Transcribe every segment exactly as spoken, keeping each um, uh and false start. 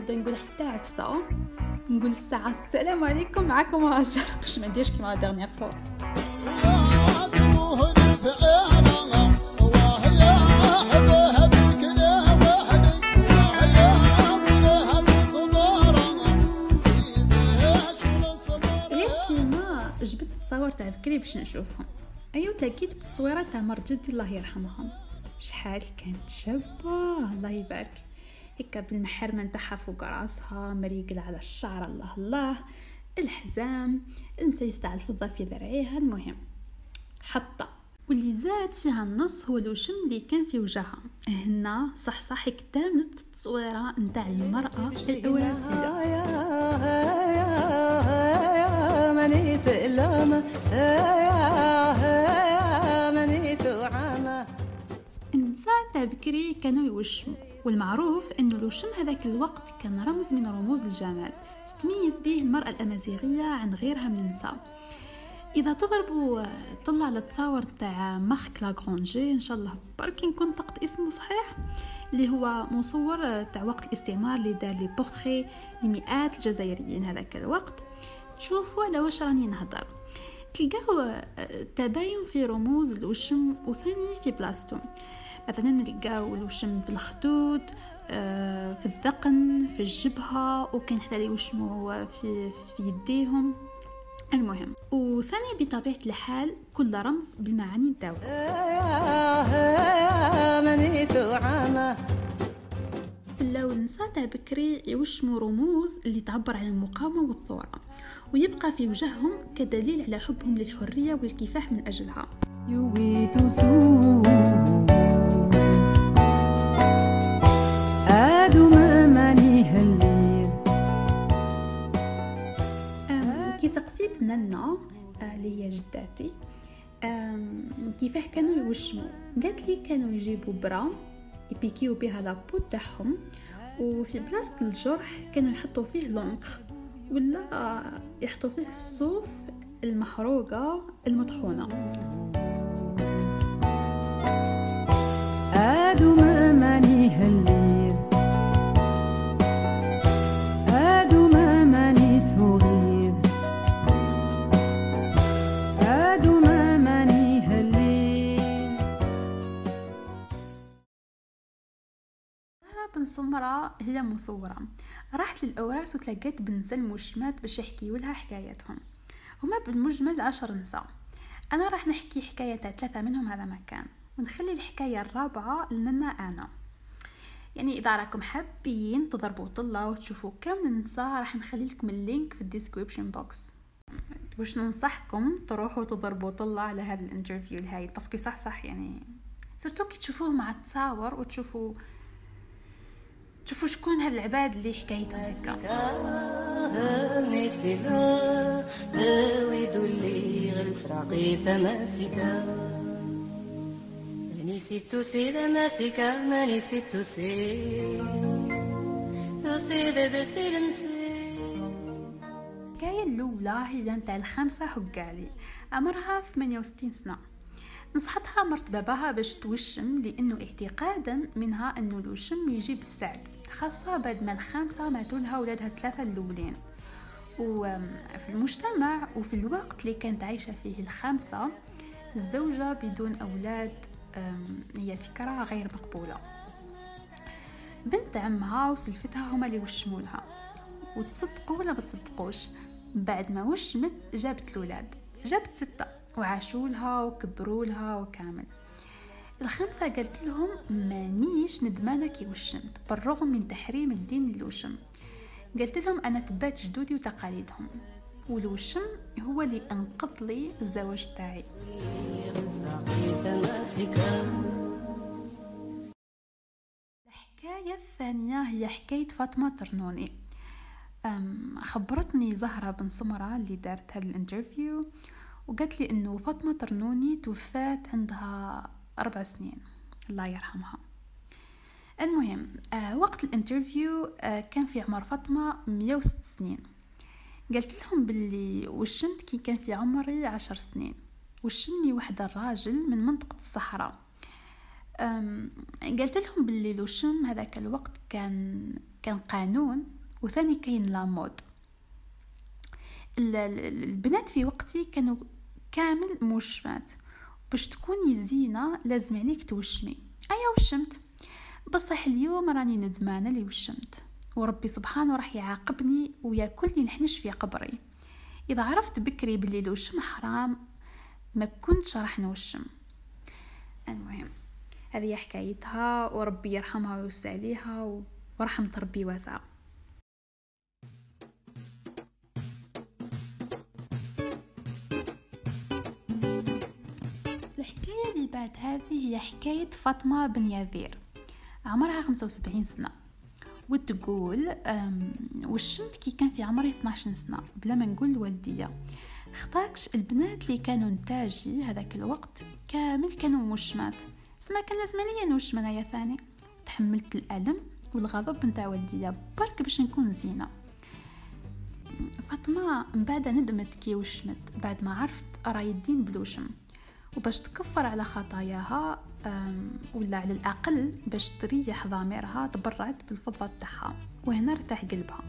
نبدا نقول حتى عفسه، نقول الساعه السلام عليكم معكم هاجر باش ما نديرش كيما ديرنيير فوا. جبت تصاور تاع بكري باش نشوفهم. ايوا تلاقيت بتصويره تاع مرت جدي الله يرحمها، شحال كانت شابه الله يبارك، هكا بالمحرمه نتاعها فوق راسها، مريقله على الشعر الله الله، الحزام المسيس تاع الفضه في ذراعيها. المهم حطه واللي زاد فيها النص هو الوشم اللي كان في وجهها هنا. صح صح اكتملت التصويره نتاع المراه الاوراسيه. النساء تاع بكري كانوا يوشموا، والمعروف انه الوشم هذاك الوقت كان رمز من رموز الجمال، تتميز به المرأة الأمازيغية عن غيرها من النساء. اذا تضربوا طلع على التصاور تاع مارك لاغرانجي ان شاء الله بركي نكون طقت اسمه صحيح، اللي هو مصور تاع وقت الاستعمار اللي دار لي بورتري لمئات الجزائريين هذاك الوقت. تشوفوا على واش راني نهضر، تلقاو تباين في رموز الوشم وثاني في بلاستو. مثلا نلقاو الوشم في الخدود، في الذقن، في الجبهة، وكان حتى يوشموا في في يديهم. المهم وثاني بطبيعة الحال كل رمز بالمعاني نتاعو. ولاو النساء تاع بكري يوشموا رموز اللي تعبر عن المقاومة والثورة، ويبقى في وجههم كدليل على حبهم للحرية والكفاح من أجلها. كي سقسيت نانا اللي هي جداتي كيفاه كانوا يوشموا، قالت لي كانوا يجيبوا برا يبيكيو بها لابو تاعهم، وفي بلاصه الجرح كانوا يحطوا فيه لونكر ولا يحطوا فيه الصوف المحروقه المطحونه. ادو ما ماني هليل ادو ما ماني صغير ادو ما ماني هليل. بن سمرة هي مصورة، راحت للأوراس وتلقيت بنساء الموشمات باش يحكيوا لها حكاياتهم. هما بالمجمل عشر نساء، أنا راح نحكي حكاية تاع ثلاثة منهم هذا مكان، ونخلي الحكاية الرابعة لنا أنا. يعني إذا راكم حابين تضربوا طلة وتشوفوا كم النساء راح نخلي لكم اللينك في الديسكريبشن بوكس. وش ننصحكم تروحوا تضربوا طلة على هذا الانترفيو الهاي، باسكو صح صح يعني سورتو كي تشوفوه مع التصاور وتشوفوا شوفوا شكون هاد العباد اللي حكايتهم هكا. الحكاية الأولى هي نتاع الخامسة حقالي، عمرها ثمانية وستين سنة. نصحتها مرت باباها باش توشم، لأنه اعتقادا منها أنه الوشم يجيب السعد، خاصة بعد ما الخامسة ماتوا لها ولادها ثلاثة الأولين. وفي المجتمع وفي الوقت اللي كانت عايشة فيه الخامسة، الزوجة بدون أولاد هي فكرة غير مقبولة. بنت عمها وسلفتها هما اللي وشموا لها، وتصدقوا ولا ما تصدقوش، بعد ما وشمت جابت الأولاد، جابت ستة وعاشوا لها وكبروا لها وكامل. الخمسة قالت لهم مانيش ندمانة كي وشمت بالرغم من تحريم الدين للوشم. قالت لهم أنا تبعت جدودي وتقاليدهم، والوشم هو اللي أنقذ لي الزواج تاعي. الحكاية الثانية هي حكاية فاطمة ترنوني. خبرتني زهرة بن سمرة اللي دارت هذا الانترفيو، وقالت لي انه فاطمة ترنوني توفات عندها اربع سنين الله يرحمها. المهم آه وقت الانترفيو آه كان في عمر فاطمة مية وست سنين. قالت لهم باللي وشمت كي كان في عمري عشر سنين، وشمني واحد الراجل من منطقة الصحراء. قالت لهم باللي الوشم هذاك الوقت كان كان قانون وثاني كاين لا مود. البنات في وقتي كانوا كامل موشمات، باش تكوني زينه لازم عليك توشمي. ايا وشمت، بصح اليوم راني ندمانه لي وشمت، وربي سبحانه راح يعاقبني وياكلني الحنش في قبري. اذا عرفت بكري باللي الوشم حرام ما كنتش راح نوشم. المهم هذه حكايتها، وربي يرحمها ويوسع عليها، ورحمة ربي واسعة. الحكاية اللي بعد هذه هي حكاية فاطمة بن يافير، عمرها خمسة وسبعين سنة، وتقول وشمت كي كان في عمري اثني عشر سنة بلا ما نقول لوالدية. اختاركش البنات اللي كانوا نتاجي هذاك الوقت كامل كانوا موشمات، سما كان لازم عليا نوشم انايا ثاني. تحملت الألم والغضب نتاع والدية برك باش نكون زينة. فاطمة من بعد ندمت كي وشمت بعد ما عرفت راي الدين بالوشم، وباش تكفر على خطاياها ولا على الأقل باش تريح ضميرها تبرعت بالفضة تاعها، وهنا ارتاح قلبها.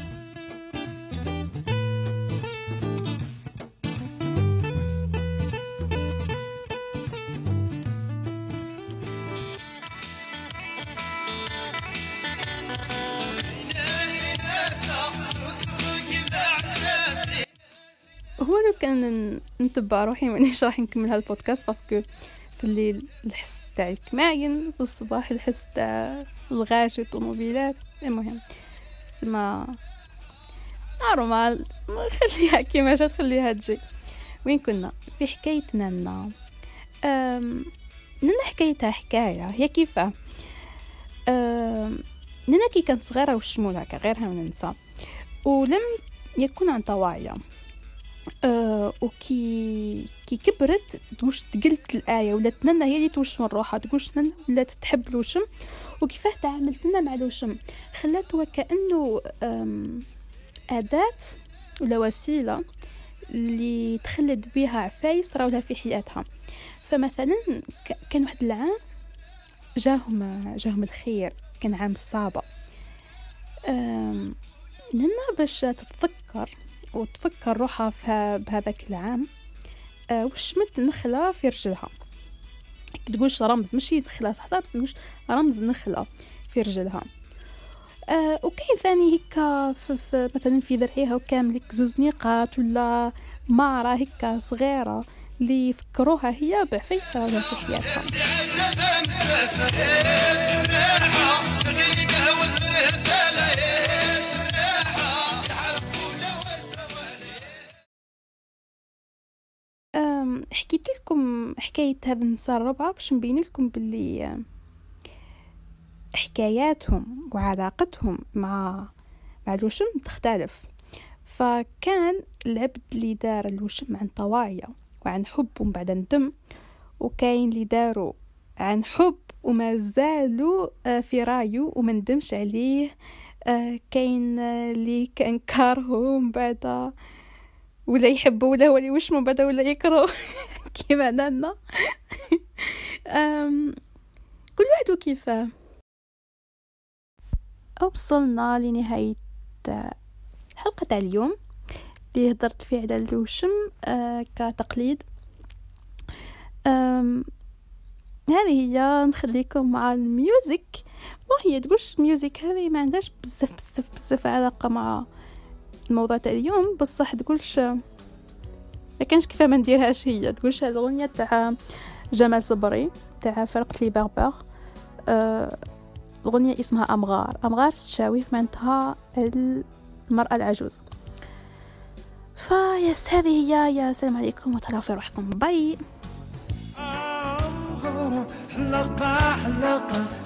هو لو كان نتبع روحي مانيش راح نكمل هالبودكاست باسكو في الليل الحس تاع الكماين، في الصباح الحس تاع الغاش والطوموبيلات. المهم سما نورمال خليها كيما جات خليها تجي. وين كنا؟ في حكاية نانا. أم... نانا حكايتها حكاية هي كيفاه. أم... نانا كي كانت صغيرة وشمولها كغيرها من ننسى، ولم يكون عن طواعية. أه وكي كي كبرت دوش تقلت الآية، ولا تننا هي اللي توشم روحها، تقولش ننا ولا تحب الوشم، وكيفاه تعاملت لنا مع الوشم خلات وكأنه أداة ولا وسيلة اللي تخلد بها عفايس راولها في حياتها. فمثلا كان واحد العام جاهم جاهم الخير، كان عام الصابة. ننا باش تتذكر وتفكر روحها بهذاك العام أه وشمت نخلة في رجلها، تقولش رمز ماشي نخلة صح بس تقولش رمز نخلة في رجلها. أه وكاين ثاني هكا في, في مثلا في ذرعيها وكامل زوز نقاط ولا مارة هكا صغيرة اللي يفكروها هي بعفايس راولها في حياتها. حكيت لكم حكاية هذا النساء الربعة باش نبين لكم باللي حكاياتهم وعلاقتهم مع مع الوشم تختلف. فكان العبد اللي دار الوشم عن طواعية وعن حب ومن بعد ندم، وكاين اللي داروا عن حب وما زالوا في رايو وما ندمش عليه، كاين اللي كان كارهه ومن بعد ولا يحبه ولا هو اللي وشمه بعد ولا يكره كيما نانا. كل واحد وكيفاه. وصلنا لنهاية الحلقة تاع اليوم اللي هدرت فيه على الوشم أه كتقليد. هذه هي نخليكم مع الميوزك. وهي تقولش ميوزك هذه ما عندهاش بزاف بزاف بزاف علاقة مع الموضوع تاع اليوم، بصح تقولش ما كانش كيف ما نديرهاش. هي تقولش هذه الاغنيه تاع جمال صبري تاع فرقه لي بربر. آه الاغنيه اسمها امغار. امغار تشاوي معناتها المراه العجوز. فيس هذه هي. يا سلام عليكم وتهلاو في روحكم. باي. حلقه حلقه